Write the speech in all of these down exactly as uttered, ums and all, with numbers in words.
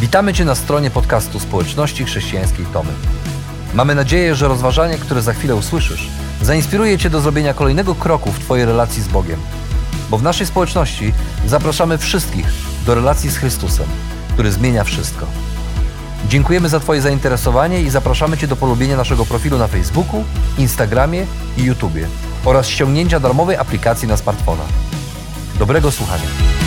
Witamy Cię na stronie podcastu Społeczności Chrześcijańskiej Tomy. Mamy nadzieję, że rozważanie, które za chwilę usłyszysz, zainspiruje Cię do zrobienia kolejnego kroku w Twojej relacji z Bogiem. Bo w naszej społeczności zapraszamy wszystkich do relacji z Chrystusem, który zmienia wszystko. Dziękujemy za Twoje zainteresowanie i zapraszamy Cię do polubienia naszego profilu na Facebooku, Instagramie i YouTubie oraz ściągnięcia darmowej aplikacji na smartfona. Dobrego słuchania.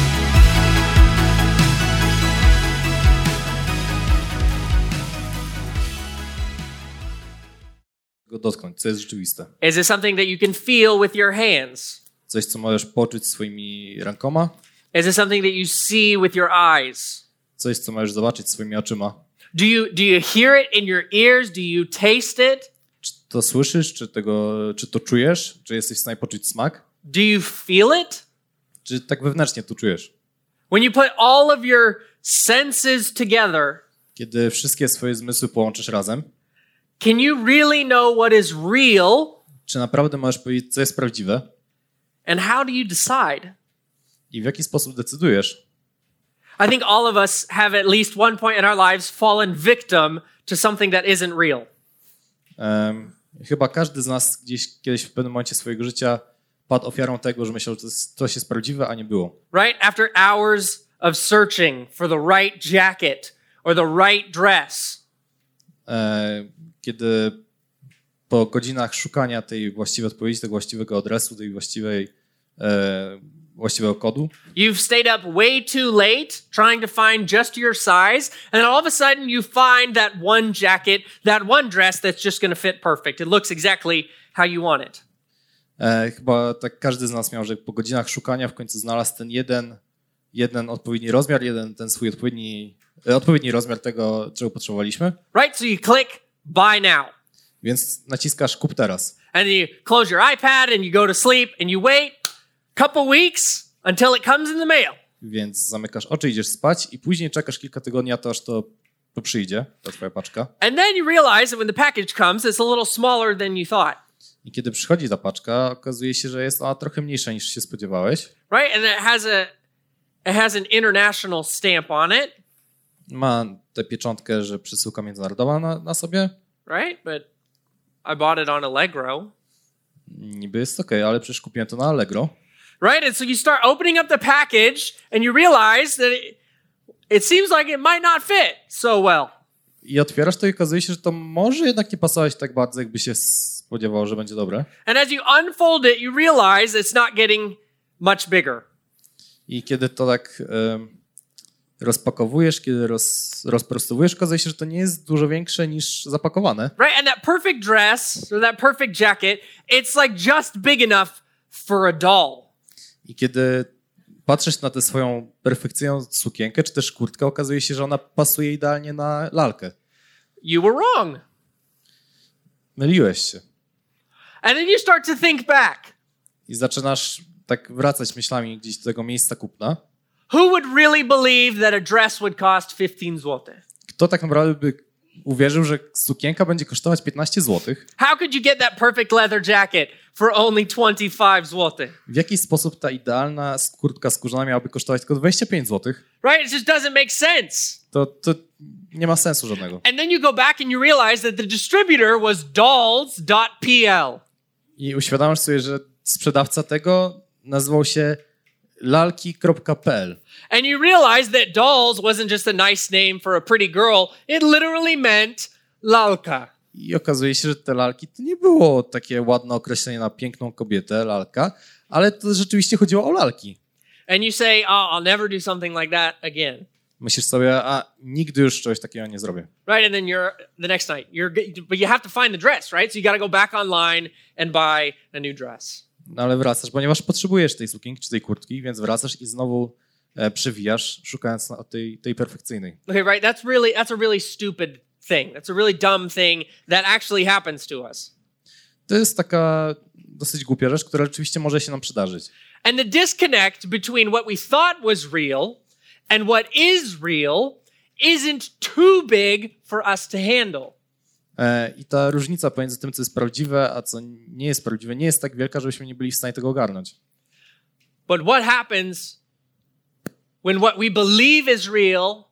Go dotknąć, co jest rzeczywiste. Is it something that you can feel with your hands? Coś, co możesz poczuć swoimi rękoma. Is it something that you see with your eyes? Coś, co możesz zobaczyć swoimi oczyma. Do you do you hear it in your ears? Do you taste it? Czy to słyszysz, czy, tego, czy to czujesz? Czy jesteś w stanie poczuć smak? Do you feel it? Czy tak wewnętrznie to czujesz? When you put all of your senses together, Kiedy wszystkie swoje zmysły połączysz razem, can you really know what is real? czy naprawdę możesz powiedzieć, co jest prawdziwe? And how do you decide? I w jaki sposób decydujesz? I think all of us have at least one point in our lives fallen victim to something that isn't real. Um, chyba każdy z nas gdzieś kiedyś w pewnym momencie swojego życia padł ofiarą tego, że myślał, że to jest, coś jest prawdziwe, a nie było. Right? After hours of searching for the right jacket or the right dress, E, kiedy po godzinach szukania tej właściwej odpowiedzi, tego właściwego adresu, tej właściwej, e, właściwego kodu, you've stayed up way too late trying to find just your size, and then all of a sudden you find that one jacket, that one dress that's just going to fit perfect. It looks exactly how you want it. e, chyba tak każdy z nas miał, że po godzinach szukania w końcu znalazł ten jeden, jeden odpowiedni rozmiar, jeden ten swój odpowiedni, e, odpowiedni rozmiar tego, czego potrzebowaliśmy. Right? So you click buy now. Więc naciskasz kup teraz. And then you close your iPad and you go to sleep and you wait a couple weeks until it comes in the mail. Więc zamykasz oczy, idziesz spać i później czekasz kilka tygodni, a to aż to, to przyjdzie, ta twoja paczka. And then you realize that when the package comes, it's a little smaller than you thought. I kiedy przychodzi ta paczka, okazuje się, że jest ona trochę mniejsza niż się spodziewałeś. Right? And it has a it has an international stamp on it. Ma tę pieczątkę, że przesyłka międzynarodowa na, na sobie. Right? But I bought it on Allegro. Niby jest okej, okay, ale przecież kupiłem to na Allegro. Right? And so you start opening up the package and you realize that it, it seems like it might not fit so well. I otwierasz to i okazuje się, że to może jednak nie pasować tak bardzo, jakby się spodziewało, że będzie dobre. And as you unfold it, you realize it's not getting much bigger. I kiedy to tak um, rozpakowujesz, kiedy roz, rozprostowujesz, okazuje się, że to nie jest dużo większe niż zapakowane. Right? And that perfect dress or that perfect jacket, it's like just big enough for a doll. I kiedy patrzysz na tę swoją perfekcyjną sukienkę, czy też kurtkę, okazuje się, że ona pasuje idealnie na lalkę. You were wrong. Myliłeś się. And then you start to think back. I zaczynasz tak wracać myślami gdzieś do tego miejsca kupna. Who would really believe that a dress would cost fifteen złotych? Kto tak naprawdę by uwierzył, że sukienka będzie kosztować piętnaście złotych? How could you get that perfect leather jacket for only twenty-five złotych? W jaki sposób ta idealna kurtka skórzana miałaby kosztować tylko dwadzieścia pięć złotych? Right? It just doesn't make sense. To, to nie ma sensu żadnego. And then you go back and you realize that the distributor was dolls dot p l. I uświadamiasz sobie, że sprzedawca tego nazywał się lalki kropka p l. And you realize that dolls wasn't just a nice name for a pretty girl. It literally meant lalka. I okazuje się, że te lalki to nie było takie ładne określenie na piękną kobietę, lalka, ale to rzeczywiście chodziło o lalki. And you say, oh, I'll never do something like that again. Myślisz sobie, a nigdy już czegoś takiego nie zrobię. Right, and then you're the next night. You're but you have to find the dress, right? So you got to go back online and buy a new dress. No ale wracasz, ponieważ potrzebujesz tej sukienki czy tej kurtki, więc wracasz i znowu e, przewijasz, szukając na, tej, tej perfekcyjnej. Okay, right? That's really that's a really stupid thing. That's a really dumb thing that actually happens to us. To jest taka dosyć głupia rzecz, która rzeczywiście może się nam przydarzyć. And the disconnect between what we thought was real and what is real isn't too big for us to handle. E, I ta różnica pomiędzy tym, co jest prawdziwe, a co nie jest prawdziwe, nie jest tak wielka, żebyśmy nie byli w stanie tego ogarnąć. But what happens when what we believe is real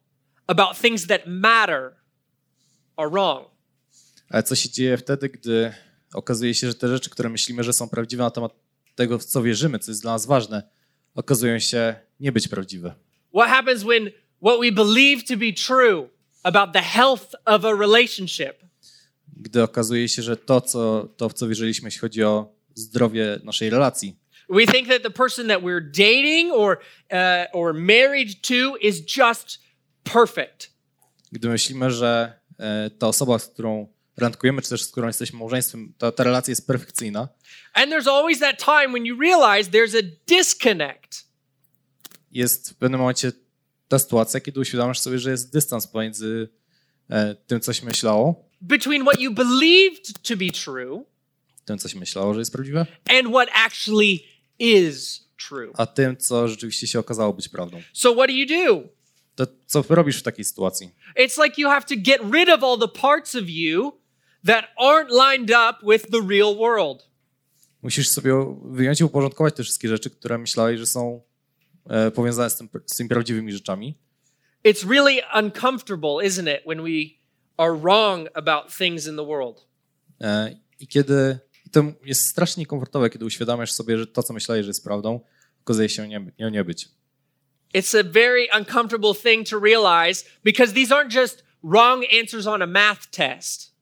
about things that matter are wrong. Ale co się dzieje wtedy, gdy okazuje się, że te rzeczy, które myślimy, że są prawdziwe na temat tego, w co wierzymy, co jest dla nas ważne, okazują się nie być prawdziwe? What happens when what we believe to be true about the health of a relationship Gdy okazuje się, że to, co, to w co wierzyliśmy, jeśli chodzi o zdrowie naszej relacji, we think that the person that we're dating or uh, or married to is just perfect. gdy myślimy, że e, ta osoba, z którą randkujemy, czy też z którą jesteśmy małżeństwem, ta, ta relacja jest perfekcyjna. And there's always that time when you realize there's a disconnect. Jest w pewnym momencie ta sytuacja, kiedy uświadamiasz sobie, że jest dystans pomiędzy e, tym, co się myślało, Between what you believed to be true tym, co się myślało, że jest prawdziwe, and what actually is true. a tym, co rzeczywiście się okazało być prawdą. So what do you do? To co robisz w takiej sytuacji? It's like you have to get rid of all the parts of you that aren't lined up with the real world. Musisz sobie wyjąć i uporządkować te wszystkie rzeczy, które myślałeś, że są e, powiązane z, tym, z tymi prawdziwymi rzeczami. It's really uncomfortable, isn't it, when we are wrong about things in the world. E, I kiedy i to jest strasznie niekomfortowe, kiedy uświadamiasz sobie, że to, co myślałeś, że jest prawdą, okazuje się nie, nie, nie być. It's a very uncomfortable thing to realize because these aren't just wrong answers on a math test.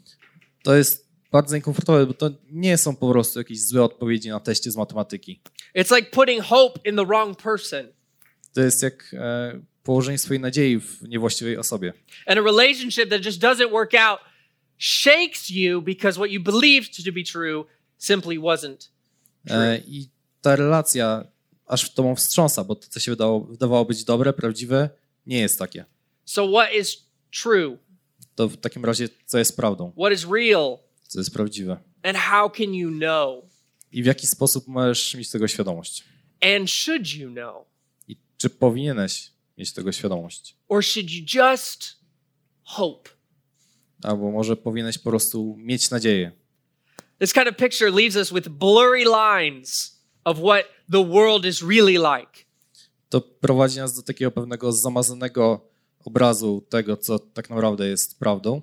To jest bardzo niekomfortowe, bo to nie są po prostu jakieś złe odpowiedzi na teście z matematyki. It's like putting hope in the wrong person. To jest jak e, położenie swojej nadziei w niewłaściwej osobie. And a relationship that just doesn't work out shakes you because what you believed to be true simply wasn't true. E, I ta relacja aż w tobą wstrząsa, bo to, co się wydało, wydawało być dobre, prawdziwe, nie jest takie. So what is true? To w takim razie, co jest prawdą? What is real? Co jest prawdziwe? And how can you know? I w jaki sposób możesz mieć tego świadomość? And should you know? I czy powinieneś mieć tego świadomość? Or should you just hope? Albo może powinieneś po prostu mieć nadzieję. This kind of picture leaves us with blurry lines of what the world is really like. To prowadzi nas do takiego pewnego zamazanego obrazu tego, co tak naprawdę jest prawdą.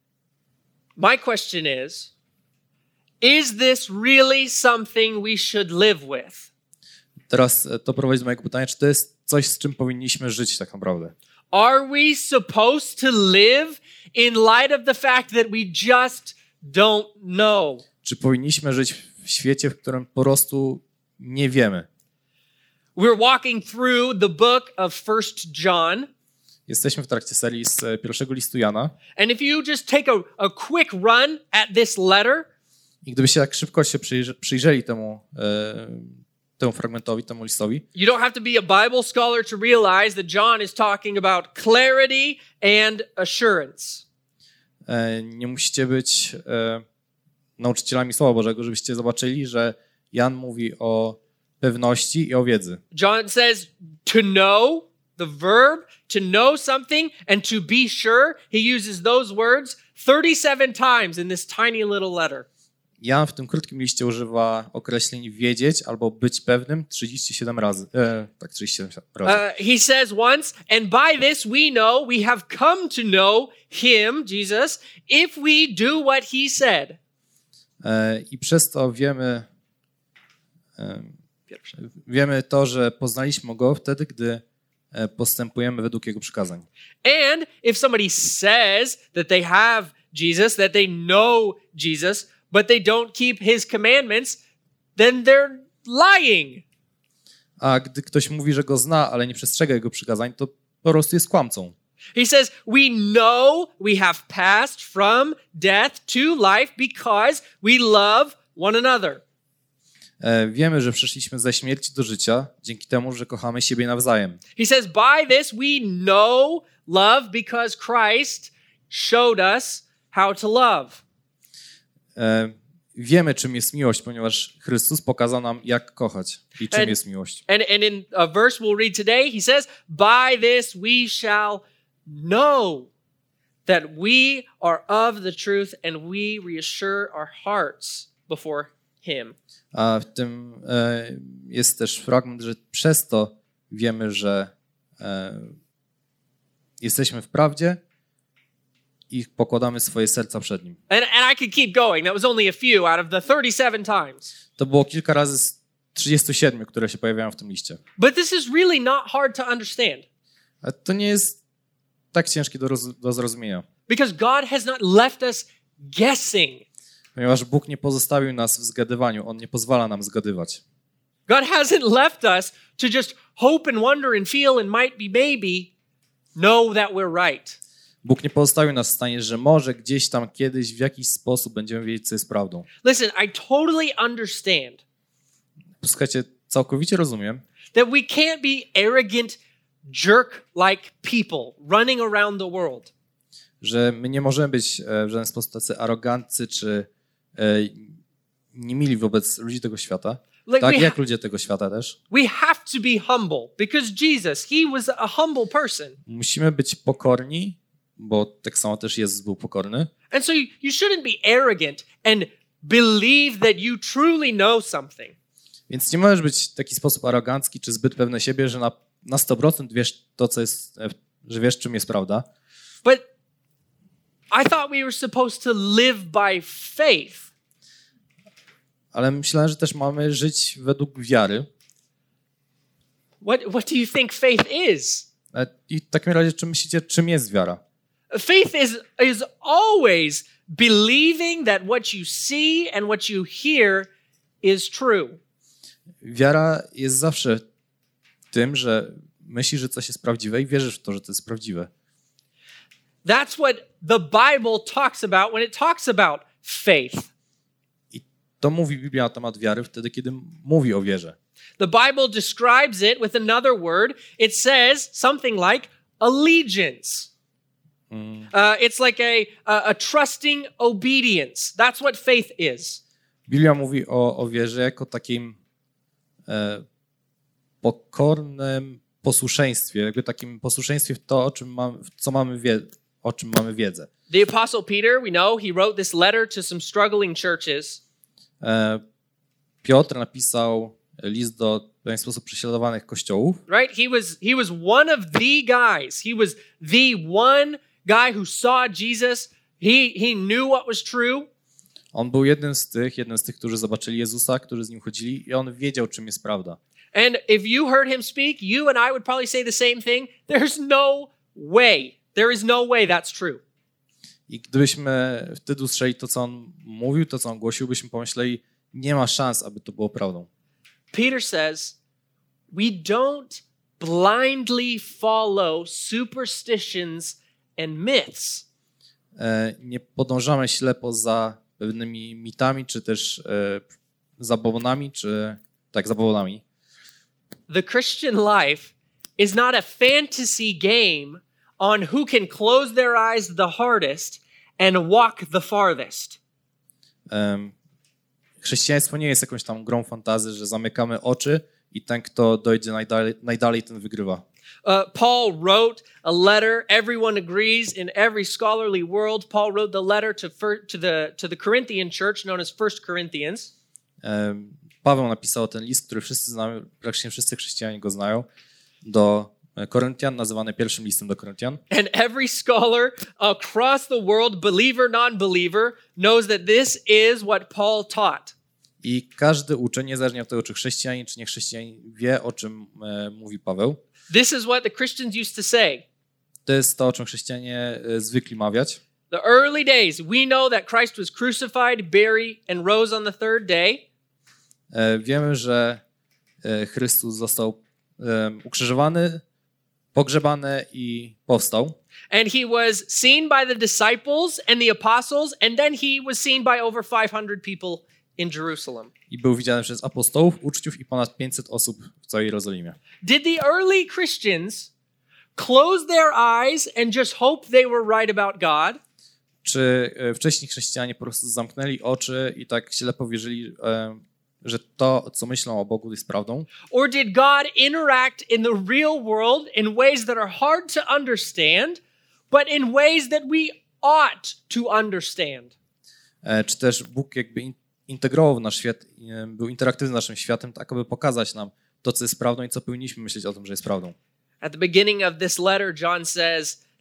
My question is, is this really something we should live with? Teraz to prowadzi do mojego pytania, czy to jest coś, z czym powinniśmy żyć tak naprawdę? Are we supposed to live in light of the fact that we just don't know? Czy powinniśmy żyć w świecie, w którym po prostu nie wiemy? We're walking through the book of First John. Jesteśmy w trakcie serii z pierwszego listu Jana. And if you just take a, a quick run at this letter, I gdybyście tak szybko się przyjrze, przyjrzeli temu, e, temu fragmentowi, temu listowi, you don't have to be a Bible scholar to realize that John is talking about clarity and assurance. e, nie musicie być e, nauczycielami Słowa Bożego, żebyście zobaczyli, że Jan mówi o pewności i o wiedzy. John says to know, the verb, to know something and to be sure. He uses those words thirty-seven times in this tiny little letter. Jan w tym krótkim liście używa określeń wiedzieć albo być pewnym trzydzieści siedem razy. E, tak, trzydzieści siedem razy. Uh, he says once, and by this we know we have come to know him, Jesus, if we do what he said. E, I przez to wiemy, e, wiemy to, że poznaliśmy go wtedy, gdy e, postępujemy według jego przykazań. And if somebody says that they have Jesus, that they know Jesus, but they don't keep his commandments, then they're lying. A gdy ktoś mówi, że go zna, ale nie przestrzega jego przykazań, to po prostu jest kłamcą. He says, we know we have passed from death to life because we love one another. E, wiemy, że przeszliśmy ze śmierci do życia dzięki temu, że kochamy siebie nawzajem. He says, by this we know love because Christ showed us how to love. E, wiemy, czym jest miłość, ponieważ Chrystus pokazał nam, jak kochać i czym And- jest miłość. And, and in a verse we'll read today, he says, by this we shall know that we are of the truth and we reassure our hearts before him. A w tym e, jest też fragment, że przez to wiemy, że e, jesteśmy w prawdzie i pokładamy swoje serca przed Nim. And, and I could keep going. That was only a few out of the thirty-seven times. To było kilka razy z trzydziestu siedmiu, które się pojawiają w tym liście. But this is really not hard to understand. Ale to nie jest tak ciężkie do, roz, do zrozumienia. Because God has not left us guessing. Ponieważ Bóg nie pozostawił nas w zgadywaniu. On nie pozwala nam zgadywać. God hasn't left us to just hope and wonder and feel and might be maybe know that we're right. Bóg nie pozostawił nas w stanie, że może gdzieś tam kiedyś w jakiś sposób będziemy wiedzieć, co jest prawdą. Listen, I totally understand Słuchajcie, całkowicie rozumiem, that we can't be arrogant, jerk-like people running around the world. że my nie możemy być e, w żaden sposób tacy aroganccy czy e, niemili wobec ludzi tego świata. Like Tak we, jak ha- ludzie tego świata też. we have to be humble because Jesus, he was a humble person. Musimy być pokorni, bo tak samo też Jezus był pokorny. And so you, you shouldn't be arrogant and believe that you truly know something. Więc nie możesz być w taki sposób arogancki czy zbyt pewny siebie, że na, na sto procent wiesz to, co jest, e, że wiesz, czym jest prawda. But I thought we were supposed to live by faith. Ale myślałem, że też mamy żyć według wiary. What, what do you think faith is? E, I w takim razie, czy myślicie, czym jest wiara? Faith is, is always believing that what you see and what you hear is true. Wiara jest zawsze tym, że myślisz, że coś jest prawdziwe i wierzysz w to, że to jest prawdziwe. That's what the Bible talks about when it talks about faith. I to mówi Biblia na temat wiary wtedy, kiedy mówi o wierze. The Bible describes it with another word. It says something like allegiance. Uh, it's like a, a, a trusting obedience. That's what faith is. Biblia mówi o, o wierze jako takim e, pokornym posłuszeństwie, jakby takim posłuszeństwie w to, o czym, mam, w co mamy wie, o czym mamy wiedzę. The Apostle Peter, we know, he wrote this letter to some struggling churches. E, Piotr napisał list do w pewien sposób prześladowanych kościołów. Right? He was he was one of the guys. He was the one guy who saw Jesus. He he knew what was true. On był jednym z tych, jednym z tych, którzy zobaczyli Jezusa, którzy z nim chodzili i on wiedział, czym jest prawda. And if you heard him speak, you and I would probably say the same thing. There's no way. There is no way that's true. I gdybyśmy wtedy usłyszeli to, co on mówił, to, co on głosił, byśmy pomyśleli, nie ma szans, aby to było prawdą. Peter says, we don't blindly follow superstitions and myths. E, nie podążamy ślepo za pewnymi mitami, czy też e, zabobonami, czy tak, zabobonami. The Christian life is not a fantasy game on who can close their eyes the hardest and walk the farthest. E, chrześcijaństwo nie jest jakąś tam grą fantazy, że zamykamy oczy i ten, kto dojdzie najdalej, najdalej ten wygrywa. Uh, Paul wrote a letter. Everyone agrees in every scholarly world. Paul wrote the letter to, fir- to, the, to the Corinthian church known as First Corinthians. E, Paweł napisał ten list, który wszyscy znamy, praktycznie wszyscy chrześcijanie go znają, do Koryntian, nazywany pierwszym listem do Koryntian. And every scholar across the world, believer, non-believer, knows that this is what Paul taught. I każdy uczeń, niezależnie od tego, czy chrześcijanin, czy nie chrześcijanin, wie, o czym e, mówi Paweł. This is what the Christians used to say. To jest to, o czym chrześcijanie e, zwykli mawiać. The early days, we know that Christ was crucified, buried, and rose on the third day. E, wiemy, że e, Chrystus został e, ukrzyżowany, pogrzebany i powstał. And he was seen by the disciples and the apostles, and then he was seen by over five hundred people in Jerusalem. I był widziany przez apostołów, uczniów i ponad pięćset osób w całej Jerozolimie. Did the early Christians close their eyes and just hope they were right about God? Czy e, wcześniej chrześcijanie po prostu zamknęli oczy i tak ślepo wierzyli, e, że to, co myślą o Bogu, jest prawdą? Or did God interact in the real world in ways that are hard to understand, but in ways that we ought to understand? E, czy też Bóg jakby in, integrował w nasz świat, e, był interaktywny z naszym światem, tak aby pokazać nam to, co jest prawdą i co powinniśmy myśleć o tym, że jest prawdą. At the beginning of this letter, John says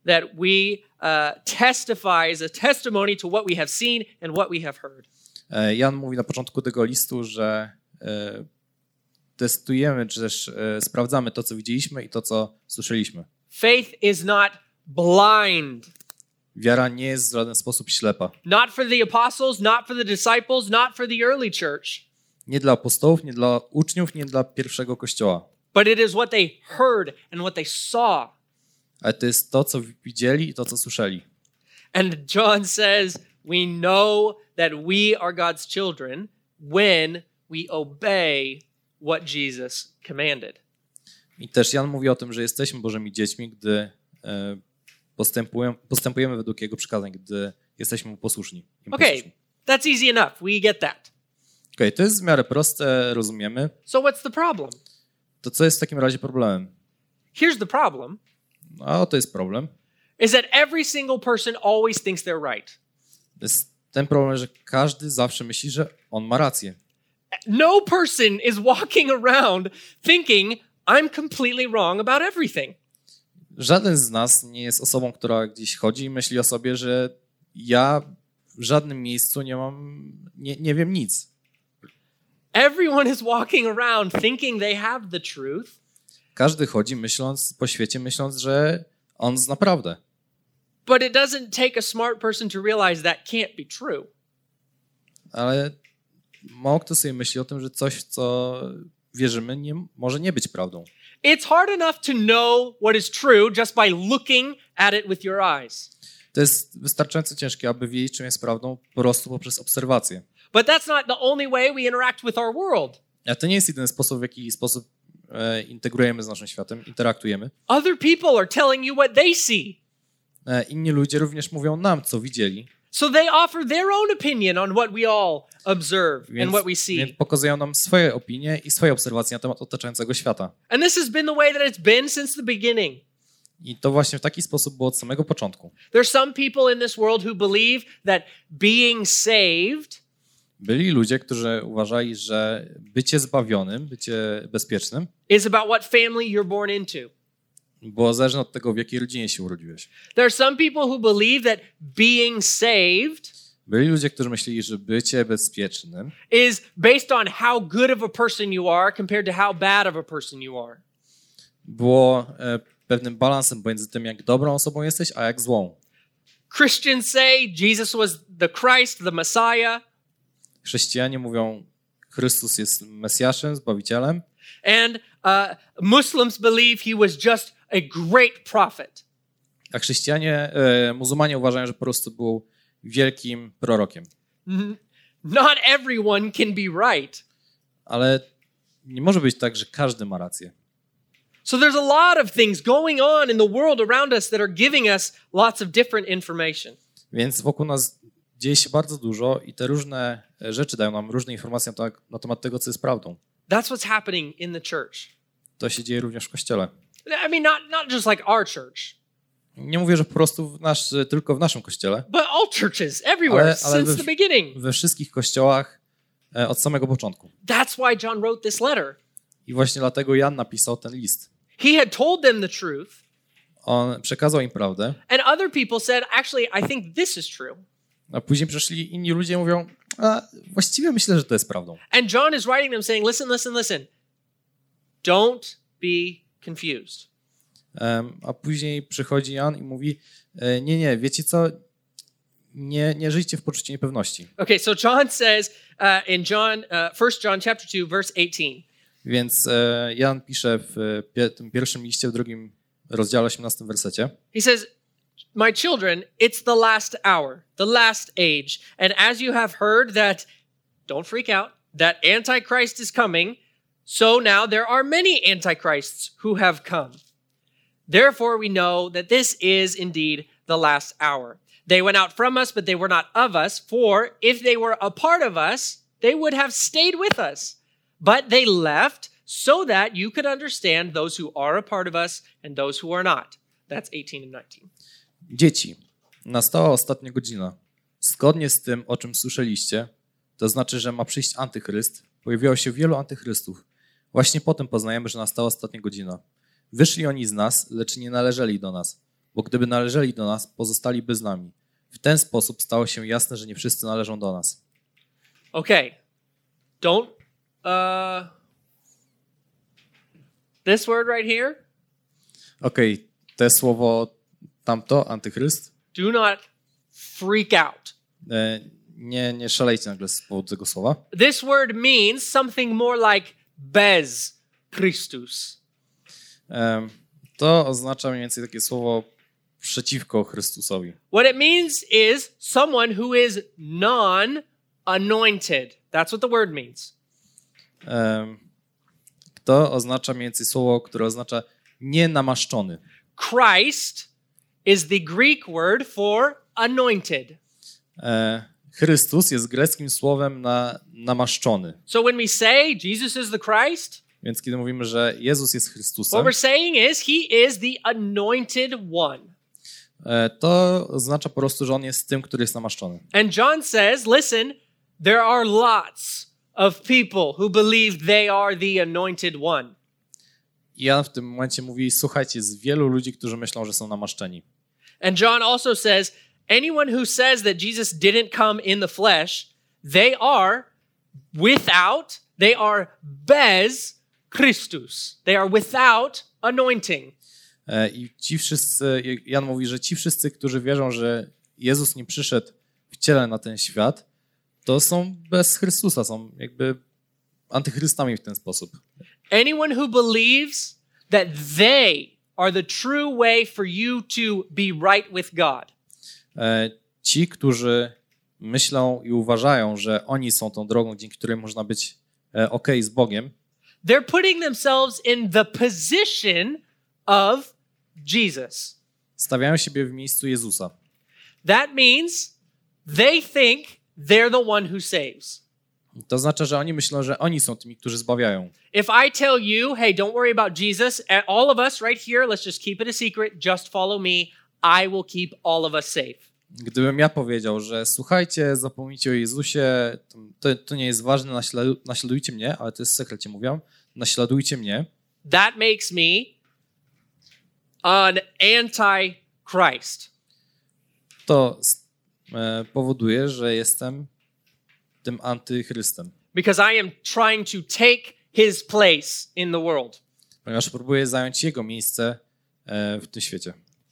that we uh, testify as a testimony to what we have seen and what we have heard. Jan mówi na początku tego listu, że e, testujemy, czy też e, sprawdzamy to, co widzieliśmy i to, co słyszeliśmy. Faith is not blind. Wiara nie jest w żaden sposób ślepa. Not for the apostles, not for the disciples, not for the early church. Nie dla apostołów, nie dla uczniów, nie dla pierwszego kościoła. But it is what they heard and what they saw. Ale to jest to, co widzieli i to, co słyszeli. And John says, we know that we are God's children when we obey what Jesus commanded. I też Jan mówi o tym, że jesteśmy Bożymi dziećmi, gdy e, postępujemy, postępujemy według Jego przykazań, gdy jesteśmy mu posłuszni. Okay, that's easy enough. We get that. Okej, okay, to jest w miarę proste, rozumiemy. So what's the problem? To co jest w takim razie problemem? Here's the problem. No, a oto jest problem. Is that every single person always thinks they're right. To jest ten problem, że każdy zawsze myśli, że on ma rację. No person is walking around thinking I'm completely wrong about everything. Żaden z nas nie jest osobą, która gdzieś chodzi i myśli o sobie, że ja w żadnym miejscu nie mam, nie, nie wiem nic. Everyone is walking around thinking they have the truth. Każdy chodzi myśląc po świecie, myśląc, że on zna prawdę. But it doesn't take a smart person to realize that can't be true. Ale mało kto sobie myśli o tym, że coś, w co wierzymy, nie, może nie być prawdą. It's hard enough to know what is true just by looking at it with your eyes. To jest wystarczająco ciężkie, aby wiedzieć, czym jest prawdą, po prostu poprzez obserwację. But that's not the only way we interact with our world. A to nie jest jedyny sposób, w jaki sposób e, integrujemy z naszym światem, interaktujemy. Other people are telling you what they see. E, inni ludzie również mówią nam, co widzieli. So they offer their own opinion on what we all observe Więc, and what we see. więc pokazują nam swoje opinie i swoje obserwacje na temat otaczającego świata. And this has been the way that it's been since the beginning. I to właśnie w taki sposób było od samego początku. There's some people in this world who believe that being saved Byli ludzie, którzy uważali, że bycie zbawionym, bycie bezpiecznym is about what family you're born into. było zależne od tego, w jakiej rodzinie się urodziłeś. There are some people who believe that being saved Byli ludzie, którzy myśleli, że bycie bezpiecznym is based on how good of a person you are compared to how bad of a person you are. było e, pewnym balansem pomiędzy tym, jak dobrą osobą jesteś, a jak złą. Christians say Jesus was the Christ, the Messiah, Chrześcijanie mówią, Chrystus jest Mesjaszem, Zbawicielem, and uh, Muslims believe he was just a great prophet. a chrześcijanie, e, muzułmanie uważają, że po prostu był wielkim prorokiem. Not everyone can be right. Ale nie może być tak, że każdy ma rację. So there's a lot of things going on in the world around us that are giving us lots of different information. Więc wokół nas dzieje się bardzo dużo i te różne rzeczy dają nam różne informacje na, to, na temat tego, co jest prawdą. That's what's happening in the church. To się dzieje również w Kościele. I mean, not, not just like our church, Nie mówię, że po prostu w nasz, tylko w naszym Kościele, but all churches everywhere ale, ale since we, the beginning. we wszystkich kościołach e, od samego początku. That's why John wrote this letter. I właśnie dlatego Jan napisał ten list. He had told them the truth, On przekazał im prawdę, and other people said, actually, I think this is true. a później przyszli inni ludzie i mówią, a właściwie myślę, że to jest prawdą. And John is writing them saying, listen, listen, listen. Don't be confused. Um, a później przychodzi Jan i mówi, e, nie, nie, wiecie co, nie, nie żyjcie w poczuciu niepewności. Okay, so John says uh, in John, uh, First John chapter two, verse eighteen. Więc e, Jan pisze w pie, tym pierwszym liście, w drugim rozdziale, osiemnastym wersecie. He says, my children, it's the last hour, the last age. And as you have heard that, don't freak out, that Antichrist is coming, so now there are many Antichrists who have come. Therefore we know that this is indeed the last hour. They went out from us, but they were not of us. For if they were a part of us, they would have stayed with us. But they left so that you could understand those who are a part of us and those who are not. That's eighteen and nineteen. Dzieci, nastała ostatnia godzina. Zgodnie z tym, o czym słyszeliście, to znaczy, że ma przyjść antychryst, pojawiło się wielu antychrystów. Właśnie potem poznajemy, że nastała ostatnia godzina. Wyszli oni z nas, lecz nie należeli do nas, bo gdyby należeli do nas, pozostaliby z nami. W ten sposób stało się jasne, że nie wszyscy należą do nas. Okay. Don't, uh, this word right here, Okej, okay, te słowo tamto, antychryst, do not freak out. e, nie, nie szalejcie nagle z powodu tego słowa. This word means something more like bez Christus. E, to oznacza mniej więcej takie słowo przeciwko Chrystusowi. What it means is someone who is non-anointed. That's what the word means. E, to oznacza mniej więcej słowo, które oznacza nienamaszczony. Christ is the Greek word for anointed. E, Chrystus jest greckim słowem na namaszczony. So when we say Jesus is the Christ, Więc kiedy mówimy, że Jezus jest what Chrystusem, we're saying is he is the anointed one. e, to oznacza po prostu, że On jest tym, który jest namaszczony. And John says, listen, there are lots of people who believe they are the anointed one. I Jan w tym momencie mówi, słuchajcie, jest wielu ludzi, którzy myślą, że są namaszczeni. And John also says, anyone who says that Jesus didn't come in the flesh, they are without, they are bez Christus. They are without anointing. E, I ci wszyscy, Jan mówi, że ci wszyscy, którzy wierzą, że Jezus nie przyszedł w ciele na ten świat, to są bez Chrystusa, są jakby antychrystami w ten sposób. Anyone who believes that they are the true way for you to be right with God. E, ci, którzy myślą i uważają, że oni są tą drogą, dzięki której można być e, okej z Bogiem, They're putting themselves in the position of Jesus. stawiają siebie w miejscu Jezusa. That means they think they're the one who saves. To oznacza, że oni myślą, że oni są tymi, którzy zbawiają. If I tell you, hey, don't worry about Jesus, all of us right here, let's just keep it a secret, just follow me, I will keep all of us safe. Gdybym ja powiedział, że słuchajcie, zapomnijcie o Jezusie, to, to nie jest ważne, naśladu, naśladujcie mnie, ale to jest w sekrecie mówią, naśladujcie mnie. That makes me an anti-Christ. To e, powoduje, że jestem tym antychrystem. Because I am trying to take his place in the world. Ponieważ próbuję zająć jego miejsce e, w tym świecie.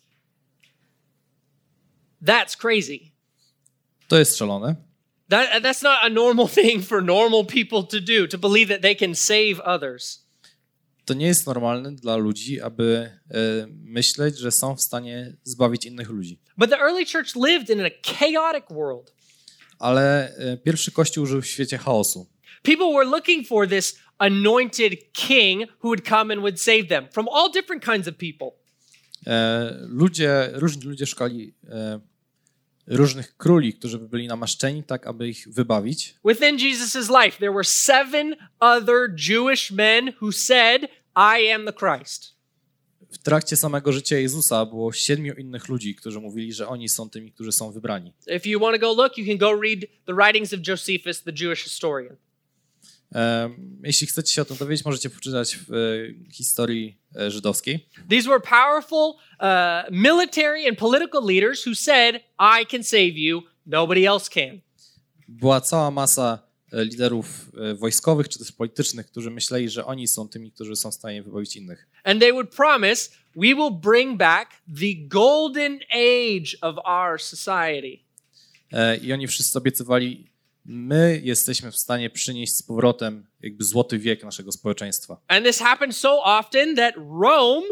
That's crazy. To jest szalone. That, that's not a normal thing for normal people to do, to believe that they can save others. To nie jest normalne dla ludzi, aby e, myśleć, że są w stanie zbawić innych ludzi. But the early church lived in a chaotic world. Ale e, pierwszy Kościół żył w świecie chaosu. People were looking for this anointed king who would come and would save them from all different kinds of people. E, ludzie, różni ludzie szukali e, różnych króli, którzy by byli namaszczeni tak, aby ich wybawić. Within Jesus' life, there were seven other Jewish men who said, I am the Christ. W trakcie samego życia Jezusa było siedmiu innych ludzi, którzy mówili, że oni są tymi, którzy są wybrani. If you want to go look, you can go read the writings of Josephus, the Jewish historian. E, jeśli chcecie się o tym dowiedzieć, możecie poczytać w e, historii e, żydowskiej. These were powerful uh, military and political leaders who said, I can save you, nobody else can. Była cała masa e, liderów e, wojskowych czy też politycznych, którzy myśleli, że oni są tymi, którzy są w stanie wybawić innych. And they would promise, we will bring back the golden age of our society. E, I oni wszyscy obiecywali, my jesteśmy w stanie przynieść z powrotem jakby złoty wiek naszego społeczeństwa. And this happened so often that Rome,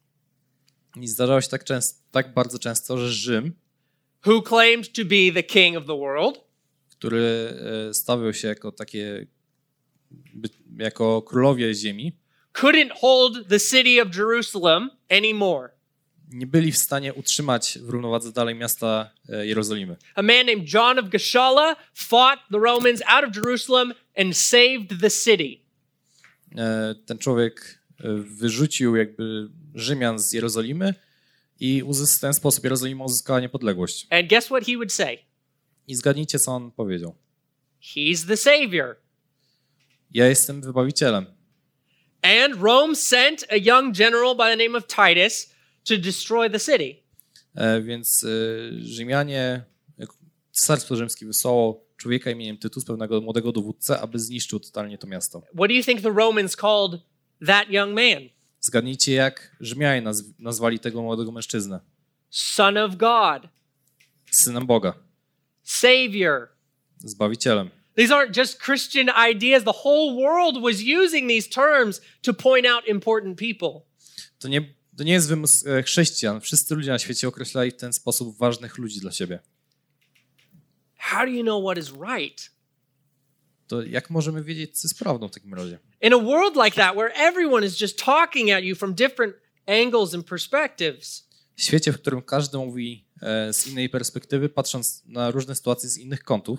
I zdarzało się tak, często, tak bardzo często, że Rzym, who claimed to be the king of the world, który e, stawiał się jako takie, by, jako królowie ziemi, couldn't hold the city of Jerusalem anymore. nie byli w stanie utrzymać w równowadze dalej miasta e, Jerozolimy. A man named John of Gachala fought the Romans out of Jerusalem and saved the city. E, ten człowiek e, wyrzucił jakby Rzymian z Jerozolimy i uzys- w ten sposób Jerozolima uzyskała niepodległość. And guess what he would say? I zgadnijcie, co on powiedział. He's the savior. Ja jestem wybawicielem. And Rome sent a young general by the name of Titus to destroy the city. E, więc e, Rzymianie, Cesarstwo Rzymskie wysłało człowieka imieniem Tytus, pewnego młodego dowódcę, aby zniszczył totalnie to miasto. What do you think the Romans called that young man? Zgadnijcie, jak Rzymianie nazw- nazwali tego młodego mężczyznę. Son of God, Synem Boga, Savior. Zbawicielem. These aren't just Christian ideas. The whole world was using these terms to point out important people. To nie, to nie jest wymysł e, chrześcijan. Wszyscy ludzie na świecie określali w ten sposób ważnych ludzi dla siebie. How do you know what is right? To jak możemy wiedzieć, co jest prawdą w takim razie? In a world like that, where everyone is just talking at you from different angles and perspectives, W świecie, w którym każdy mówi e, z innej perspektywy, patrząc na różne sytuacje z innych kątów,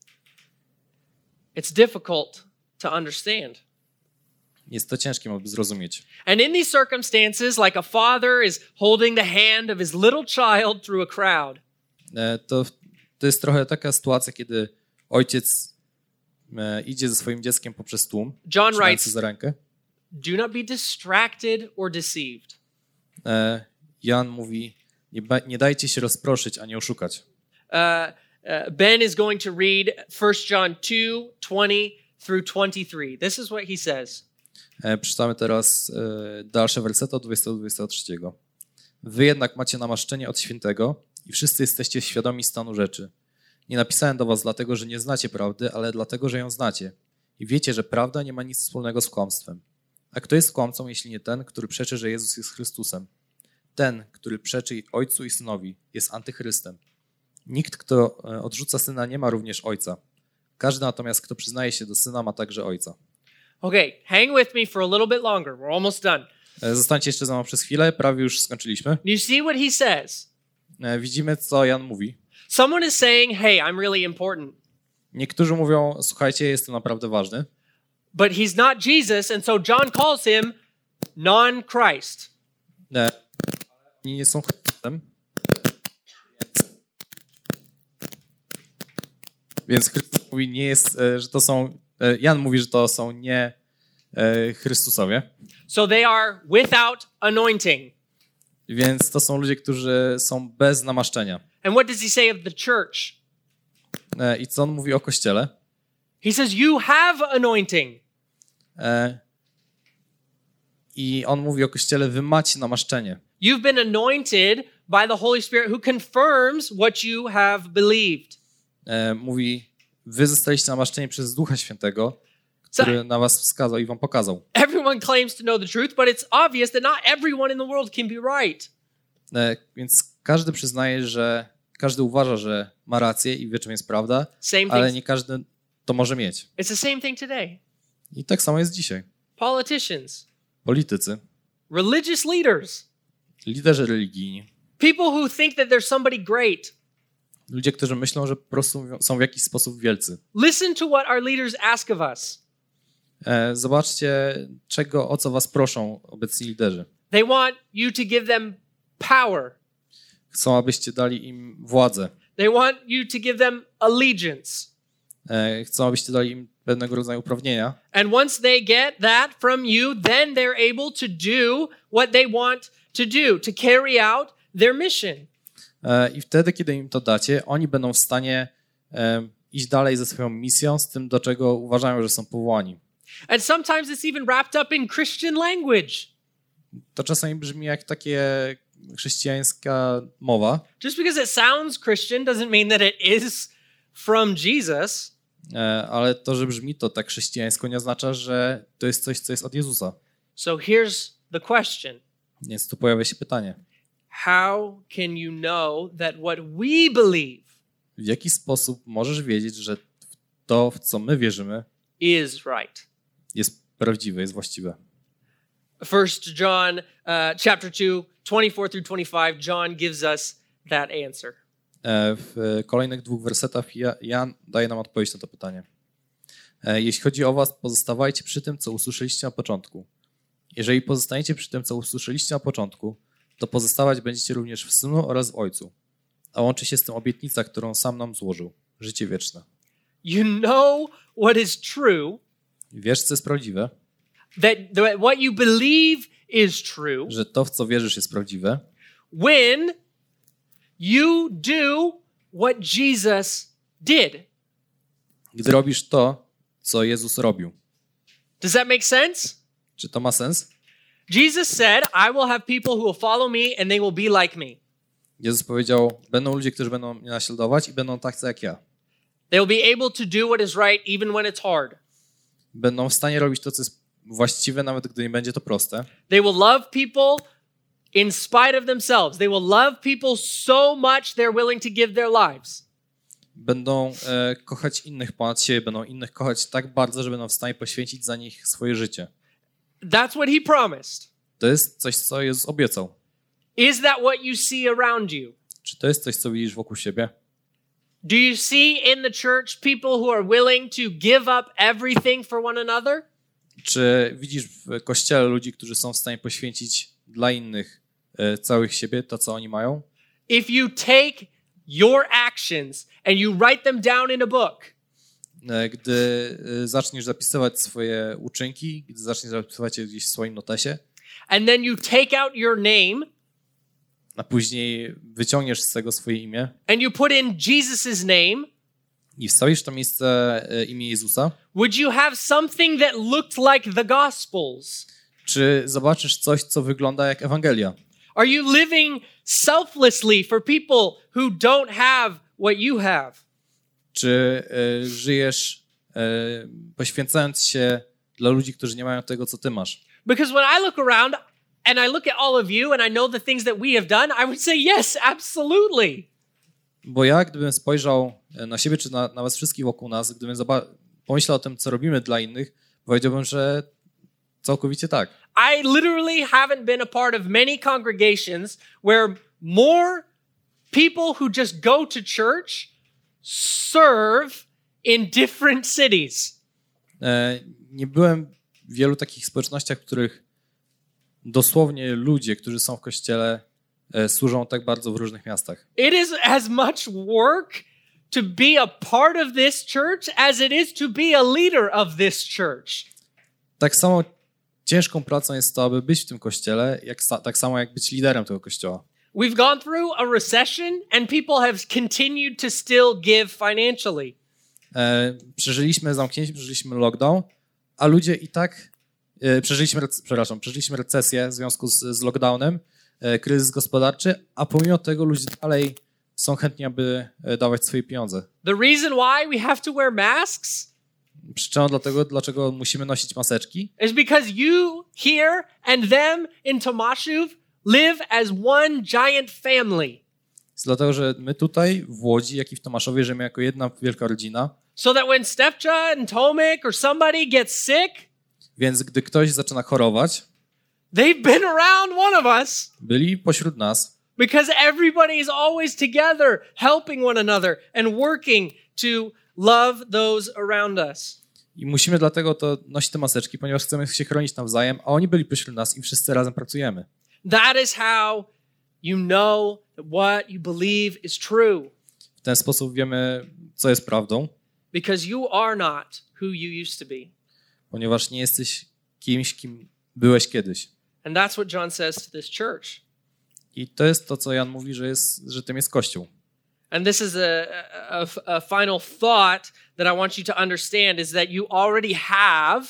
it's difficult to understand. jest to ciężkie, aby zrozumieć. And in these circumstances, like a father is holding the hand of his little child through a crowd, E, to, to jest trochę taka sytuacja, kiedy ojciec e, idzie ze swoim dzieckiem poprzez tłum, John trzymając writes, je za rękę. do not be distracted or deceived. E, Jan mówi, nie, ba- nie dajcie się rozproszyć ani oszukać. Uh, uh, Ben is going to read First John two, twenty through twenty-three. This is what he says. E, Przeczytamy teraz e, dalsze wersety od dwudziestego do dwudziestego trzeciego. Wy jednak macie namaszczenie od świętego i wszyscy jesteście świadomi stanu rzeczy. Nie napisałem do was dlatego, że nie znacie prawdy, ale dlatego, że ją znacie. I wiecie, że prawda nie ma nic wspólnego z kłamstwem. A kto jest kłamcą, jeśli nie ten, który przeczy, że Jezus jest Chrystusem? Ten, który przeczy Ojcu i Synowi, jest antychrystem. Nikt, kto e, odrzuca Syna, nie ma również Ojca. Każdy natomiast, kto przyznaje się do Syna, ma także Ojca. Okay, hang with me for a little bit longer. We're almost done. E, Zostańcie jeszcze za mną przez chwilę, prawie już skończyliśmy. Do you see what he says? E, Widzimy, co Jan mówi. Someone is saying, hey, I'm really important. Niektórzy mówią, słuchajcie, jestem naprawdę ważny, But he's not Jesus, and so John calls him non-Christ. e, oni nie są Chrystusem. Więc Chrystus mówi, nie jest, e, że to są, e, Jan mówi, że to są nie e, Chrystusowie, So they are without anointing. więc to są ludzie, którzy są bez namaszczenia. And what does he say of the church? E, I co on mówi o Kościele? He says, you have anointing. E, I on mówi o Kościele, wy macie namaszczenie. You've been anointed by the Holy Spirit who confirms what you have believed. E, mówi, wy zostaliście namaszczeni przez Ducha Świętego, który na was wskazał i wam pokazał. Everyone claims to know the truth, but it's obvious that not everyone in the world can be right. E, więc każdy przyznaje, że każdy uważa, że ma rację i wie, czym jest prawda, Same ale thing. nie każdy to może mieć. It's the same thing today. I tak samo jest dzisiaj. Politicians, Politycy, religious leaders, liderzy religijni, people who think that there's somebody great. ludzie, którzy myślą, że po prostu są w jakiś sposób wielcy. Listen to what our leaders ask of us. E, zobaczcie, czego, o co was proszą obecni liderzy. They want you to give them power. Chcą, abyście dali im władzę. They want you to give them allegiance. E, chcą, abyście dali im pewnego rodzaju uprawnienia. And once they get that from you, then they're able to do what they want to do, to carry out their mission. E, I wtedy, kiedy im to dacie, oni będą w stanie e, iść dalej ze swoją misją, z tym, do czego uważają, że są powołani. And sometimes it's even wrapped up in Christian language. To czasami brzmi jak takie chrześcijańska mowa, Just because it sounds Christian doesn't mean that it is from Jesus. e, ale to, że brzmi to tak chrześcijańsko, nie oznacza, że to jest coś, co jest od Jezusa. So here's the question. Więc tu pojawia się pytanie. How can you know that what we believe W jaki sposób możesz wiedzieć, że to, w co my wierzymy, is right? jest prawdziwe, jest właściwe? First John uh, chapter two, twenty-four through twenty-five, John gives us that answer. E, W kolejnych dwóch wersetach Ja- Jan daje nam odpowiedź na to pytanie. E, Jeśli chodzi o was, pozostawajcie przy tym, co usłyszeliście na początku. Jeżeli pozostaniecie przy tym, co usłyszeliście na początku, to pozostawać będziecie również w Synu oraz w Ojcu. A łączy się z tym obietnica, którą sam nam złożył. Życie wieczne. You know what is true, Wiesz, co jest prawdziwe, that, that what you believe is true że to, w co wierzysz, jest prawdziwe, when you do what Jesus did. Gdy robisz to, co Jezus robił. Does that make sense? Czy to ma sens? Jesus said, I will have people who will follow me and they will be like me. Jezus powiedział, będą ludzie, którzy będą mnie naśladować i będą tacy jak ja. They will be able to do what is right even when it's hard. Będą w stanie robić to, co jest właściwe, nawet gdy nie będzie to proste. They will love people in spite of themselves. They will love people so much they're willing to give their lives. Będą e, kochać innych ponad siebie, będą innych kochać tak bardzo, że będą w stanie poświęcić za nich swoje życie. That's what he promised. To jest coś, co Jezus obiecał. Is that what you see around you? Czy to jest coś, co widzisz wokół siebie? Do you see in the church people who are willing to give up everything for one another? Czy widzisz w Kościele ludzi, którzy są w stanie poświęcić dla innych e, całych siebie, to co oni mają? If you take your actions and you write them down in a book, E, gdy e, zaczniesz zapisywać swoje uczynki, gdy zaczniesz zapisywać je gdzieś w swoim notesie, and then you take out your name a później wyciągniesz z tego swoje imię and you put in Jesus's name, i wstawisz w to miejsce e, imię Jezusa, would you have something that looked like the Gospels? czy zobaczysz coś, co wygląda jak Ewangelia? Are you living selflessly for people who don't have what you have? Czy e, żyjesz e, poświęcając się dla ludzi, którzy nie mają tego, co ty masz? Because when I look around and I look at all of you and I know the things that we have done, I would say yes, absolutely. Bo ja, gdybym spojrzał na siebie, czy na, na was wszystkich wokół nas, gdybym zoba- pomyślał o tym, co robimy dla innych, powiedziałbym, że całkowicie tak. I literally haven't been a part of many congregations where more people who just go to church serve in different cities. E, nie byłem w wielu takich społecznościach, w których dosłownie ludzie, którzy są w kościele, e, służą tak bardzo w różnych miastach. It is as much work to be a part of this church as it is to be a leader of this church. Tak samo ciężką pracą jest to, aby być w tym kościele, jak, tak samo jak być liderem tego kościoła. We've gone through a recession and people have continued to still give financially. E, przeżyliśmy zamknięcie, przeżyliśmy lockdown, a ludzie i tak e, przeżyliśmy, rec- przepraszam, przeżyliśmy recesję w związku z, z lockdownem, e, kryzys gospodarczy, a pomimo tego ludzie dalej są chętni, aby e, dawać swoje pieniądze. The reason why we have to wear masks Przyczyną dlatego, dlaczego musimy nosić maseczki, is because you here and them in Tomaszów live as one giant family. jest dlatego, że my tutaj w Łodzi, jak i w Tomaszowie żyjemy jako jedna wielka rodzina, So that when Stepcha and Tomek or somebody gets sick, więc gdy ktoś zaczyna chorować, they've been around one of us byli pośród nas, because everybody is always together helping one another and working to love those around us. i musimy dlatego to nosić te maseczki, ponieważ chcemy się chronić nawzajem, a oni byli pośród nas i wszyscy razem pracujemy. That is how you know that what you believe is true, W ten sposób wiemy, co jest prawdą, because you are not who you used to be. ponieważ nie jesteś kimś, kim byłeś kiedyś. And that's what John says to this church. I to jest to, co Jan mówi, że, jest, że tym jest Kościół. And this is a, a, a final thought that I want you to understand is that you already have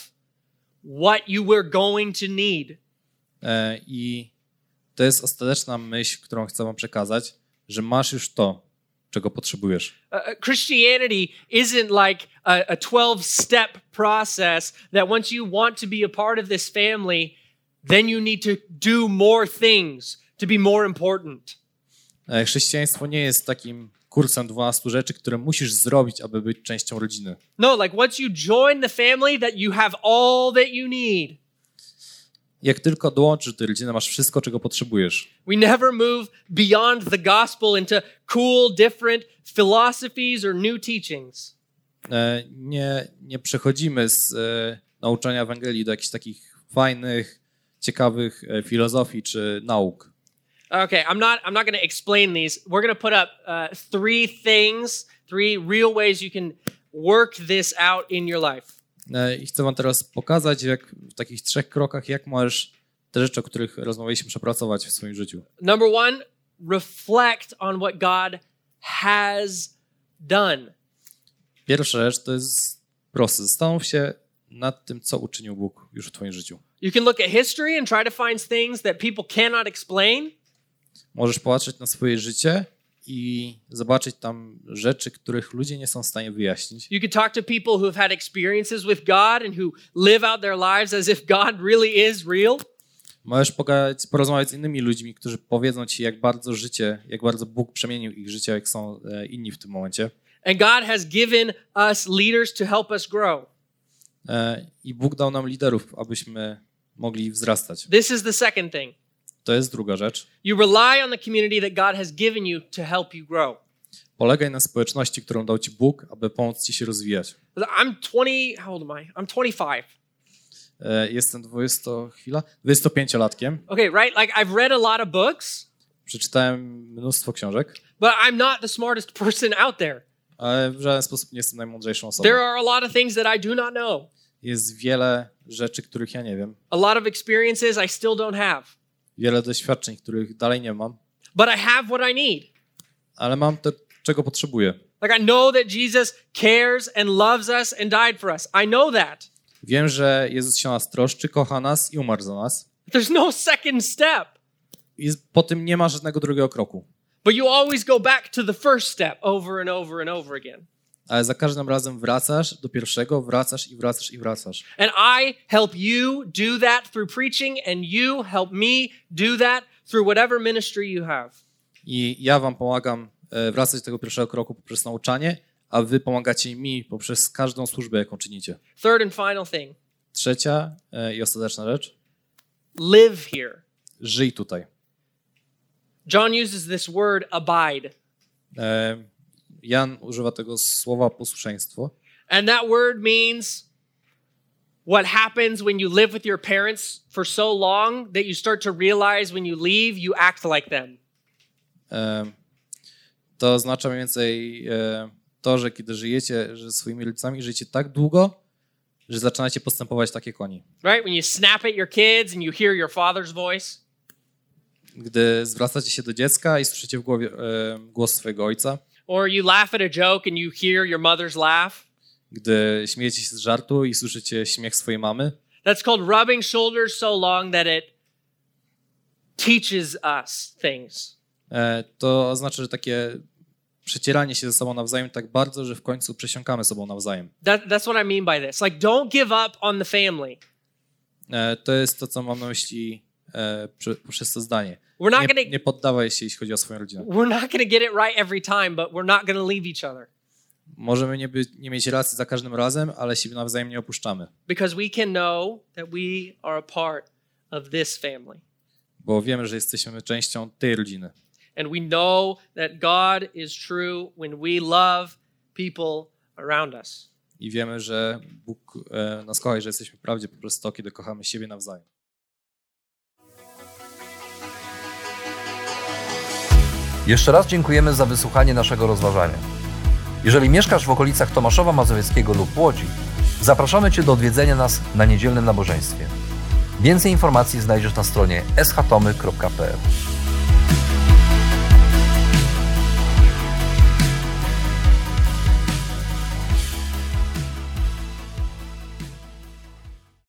what you were going to need. E, I to jest ostateczna myśl, którą chcę wam przekazać, że masz już to, czego potrzebujesz. Uh, Christianity isn't like a, a twelve-step process that once you want to be a part of this family, then you need to do more things to be more important. E, Chrześcijaństwo nie jest takim kursem dwunastu rzeczy, które musisz zrobić, aby być częścią rodziny. No, like once you join the family, that you have all that you need. Jak tylko dołączysz do rodziny, masz wszystko, czego potrzebujesz. We never move beyond the gospel into cool, different philosophies or new teachings. E, Nie, nie przechodzimy z e, nauczania Ewangelii do jakichś takich fajnych, ciekawych e, filozofii czy nauk. Okay, I'm not I'm not going to explain these. We're going to put up uh, three things, three real ways you can work this out in your life. E, I chcę wam teraz pokazać, jak w takich trzech krokach, jak możesz te rzeczy, o których rozmawialiśmy, przepracować w swoim życiu. Number one, reflect on what God has done. Pierwsza rzecz to jest proste. Zastanów się nad tym, co uczynił Bóg już w twoim życiu. You can look at history and try to find things that people cannot explain. Możesz popatrzeć na swoje życie i zobaczyć tam rzeczy, których ludzie nie są w stanie wyjaśnić. You could talk to people who have had experiences with God and who live out their lives as if God really is real. Możesz pogadać, porozmawiać z innymi ludźmi, którzy powiedzą ci, jak bardzo życie, jak bardzo Bóg przemienił ich życie, jak są e, inni w tym momencie. And God has given us leaders to help us grow. E, I Bóg dał nam liderów, abyśmy mogli wzrastać. This is the second thing. To jest druga rzecz. You rely on the community that God has given you to help you grow. Polegaj na społeczności, którą dał ci Bóg, aby pomóc ci się rozwijać. I'm twenty, how old am I? I'm twenty-five. E, jestem dwudziesto, chwila, dwudziestopięciolatkiem. Okay, right? Like I've read a lot of books, Przeczytałem mnóstwo książek, but I'm not the smartest person out there. ale w żaden sposób nie jestem najmądrzejszą osobą. There are a lot of things that I do not know. Jest wiele rzeczy, których ja nie wiem. A lot of experiences I still don't have. Wiele doświadczeń, których dalej nie mam, But I have what I need. ale mam to, czego potrzebuję. Like I know that Jesus cares and loves us and died for us. I know that. Wiem, że Jezus się o nas troszczy, kocha nas i umarł za nas. There's no second step. I po tym nie ma żadnego drugiego kroku. But you always go back to the first step over and over and over again. Ale za każdym razem wracasz do pierwszego, wracasz i wracasz i wracasz. And I help you do that through preaching, and you help me do that through whatever ministry you have. I ja wam pomagam e, wracać do tego pierwszego kroku poprzez nauczanie, a wy pomagacie mi poprzez każdą służbę, jaką czynicie. Third and final thing. Trzecia e, i ostateczna rzecz. Live here. Żyj tutaj. John uses this word abide. E, Jan używa tego słowa posłuszeństwo. And that word means what happens when you live with your parents for so long that you start to realize when you leave, you act like them. E, to oznacza mniej więcej e, to, że kiedy żyjecie że swoimi rodzicami, żyjecie tak długo, że zaczynacie postępować tak jak oni. Right? When you snap at your kids and you hear your father's voice. Gdy zwracacie się do dziecka i słyszycie w głowie e, głos swojego ojca. Or you laugh at a joke and you hear your mother's laugh. Gdy śmiejecie się z żartu i słyszycie śmiech swojej mamy. That's called rubbing shoulders so long that it teaches us things. E, to oznacza, że takie przecieranie się ze sobą nawzajem tak bardzo, że w końcu przesiąkamy sobą nawzajem. That, that's what I mean by this. Like, don't give up on the family. E, to jest to, co mam na myśli e, przy, przez to zdanie. We're not Nie, gonna, nie poddawaj się, jeśli chodzi o swoją rodzinę. we're not gonna get it right every time, but we're not gonna leave each other. Możemy nie, być, nie mieć racji za każdym razem, ale siebie nawzajem nie opuszczamy. Because we can know that we are a part of this family. Bo wiemy, że jesteśmy częścią tej rodziny. And we know that God is true when we love people around us. I wiemy, że Bóg e, nas kocha i że jesteśmy wprawdzie poprzez to, kiedy kochamy siebie nawzajem. Jeszcze raz dziękujemy za wysłuchanie naszego rozważania. Jeżeli mieszkasz w okolicach Tomaszowa Mazowieckiego lub Łodzi, zapraszamy Cię do odwiedzenia nas na niedzielnym nabożeństwie. Więcej informacji znajdziesz na stronie s h tomy kropka p l.